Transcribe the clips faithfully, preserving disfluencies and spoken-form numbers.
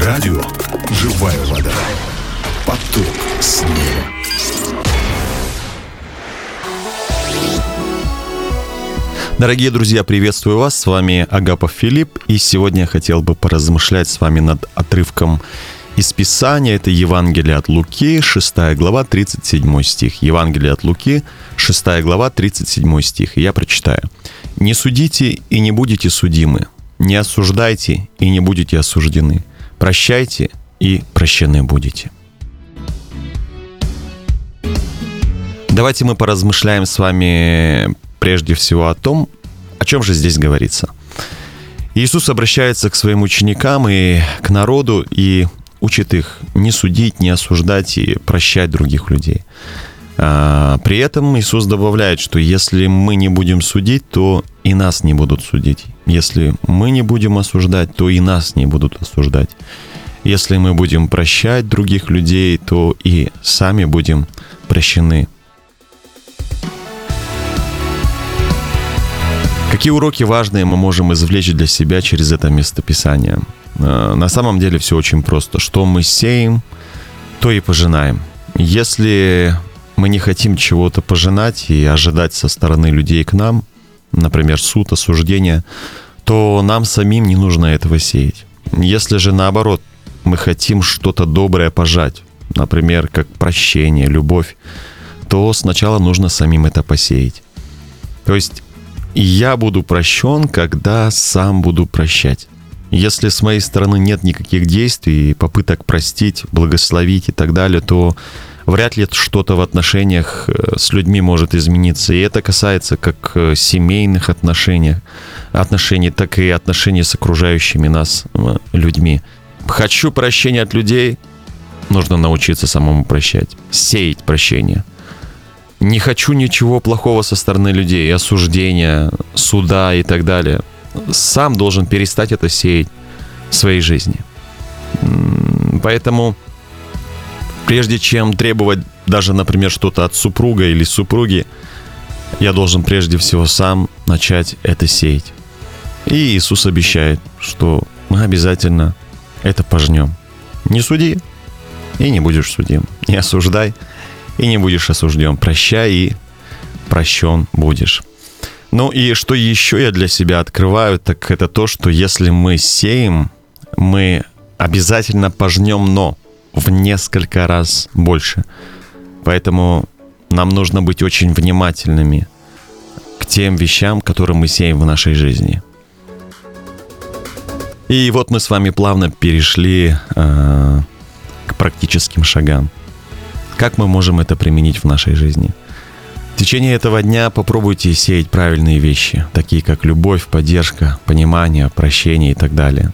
Радио «Живая вода». Поток снега. Дорогие друзья, приветствую вас. С вами Агапов Филипп. И сегодня я хотел бы поразмышлять с вами над отрывком из Писания. Это Евангелие от Луки, шестая глава, тридцать седьмой стих. Евангелие от Луки, шестая глава, тридцать седьмой стих. И я прочитаю. «Не судите и не будете судимы, не осуждайте и не будете осуждены, прощайте и прощены будете». Давайте мы поразмышляем с вами прежде всего о том, о чем же здесь говорится. Иисус обращается к своим ученикам и к народу и учит их не судить, не осуждать и прощать других людей. При этом Иисус добавляет, что если мы не будем судить, то и нас не будут судить. Если мы не будем осуждать, то и нас не будут осуждать. Если мы будем прощать других людей, то и сами будем прощены. Какие уроки важные мы можем извлечь для себя через это местописание? На самом деле все очень просто. Что мы сеем, то и пожинаем. Если мы не хотим чего-то пожинать и ожидать со стороны людей к нам, например, суд, осуждение, то нам самим не нужно этого сеять. Если же наоборот, мы хотим что-то доброе пожать, например, как прощение, любовь, то сначала нужно самим это посеять. То есть я буду прощен, когда сам буду прощать. Если с моей стороны нет никаких действий, попыток простить, благословить и так далее, то вряд ли что-то в отношениях с людьми может измениться. И это касается как семейных отношений, отношений, так и отношений с окружающими нас людьми. Хочу прощения от людей, нужно научиться самому прощать, сеять прощение. Не хочу ничего плохого со стороны людей, осуждения, суда и так далее. Сам должен перестать это сеять в своей жизни. Поэтому, прежде чем требовать даже, например, что-то от супруга или супруги, я должен прежде всего сам начать это сеять. И Иисус обещает, что мы обязательно это пожнем. Не суди, и не будешь судим. Не осуждай, и не будешь осужден. Прощай, и прощен будешь. Ну и что еще я для себя открываю, так это то, что если мы сеем, мы обязательно пожнем, но в несколько раз больше. Поэтому нам нужно быть очень внимательными к тем вещам, которые мы сеем в нашей жизни. И вот мы с вами плавно перешли э, к практическим шагам. Как мы можем это применить в нашей жизни? В течение этого дня попробуйте сеять правильные вещи, такие как любовь, поддержка, понимание, прощение и так далее.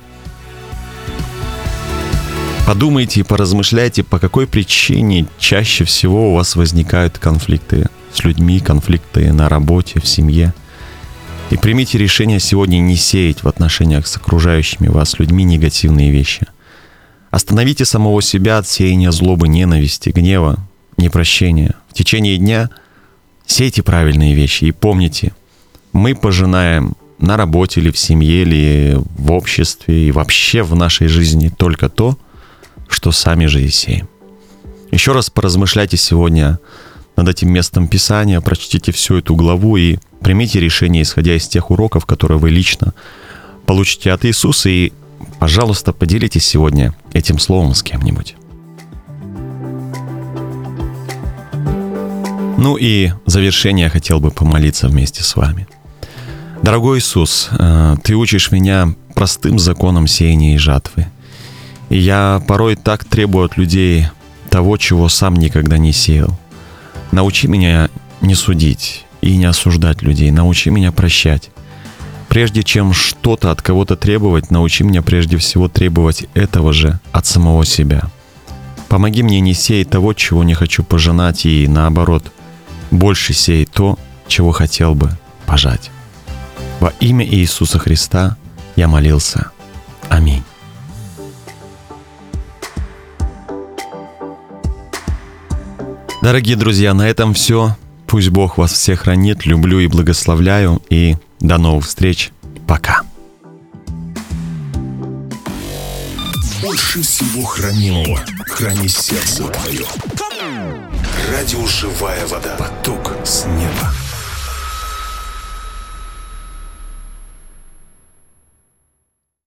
Подумайте и поразмышляйте, по какой причине чаще всего у вас возникают конфликты с людьми, конфликты на работе, в семье. И примите решение сегодня не сеять в отношениях с окружающими вас людьми негативные вещи. Остановите самого себя от сеяния злобы, ненависти, гнева, непрощения. В течение дня сейте правильные вещи и помните, мы пожинаем на работе или в семье, или в обществе, и вообще в нашей жизни только то, что сами же и сеем. Еще раз поразмышляйте сегодня над этим местом Писания, прочтите всю эту главу и примите решение, исходя из тех уроков, которые вы лично получите от Иисуса, и пожалуйста, поделитесь сегодня этим словом с кем-нибудь. Ну и в завершение я хотел бы помолиться вместе с вами. Дорогой Иисус, Ты учишь меня простым законам сеяния и жатвы. И я порой так требую от людей того, чего сам никогда не сеял. Научи меня не судить и не осуждать людей. Научи меня прощать. Прежде чем что-то от кого-то требовать, научи меня прежде всего требовать этого же от самого себя. Помоги мне не сеять того, чего не хочу пожинать, и наоборот, больше сеять то, чего хотел бы пожать. Во имя Иисуса Христа я молился. Аминь. Дорогие друзья, на этом все. Пусть Бог вас всех хранит. Люблю и благословляю. И до новых встреч. Пока. Больше всего хранимого храни сердце твое. Радио «Живая вода». Поток с неба.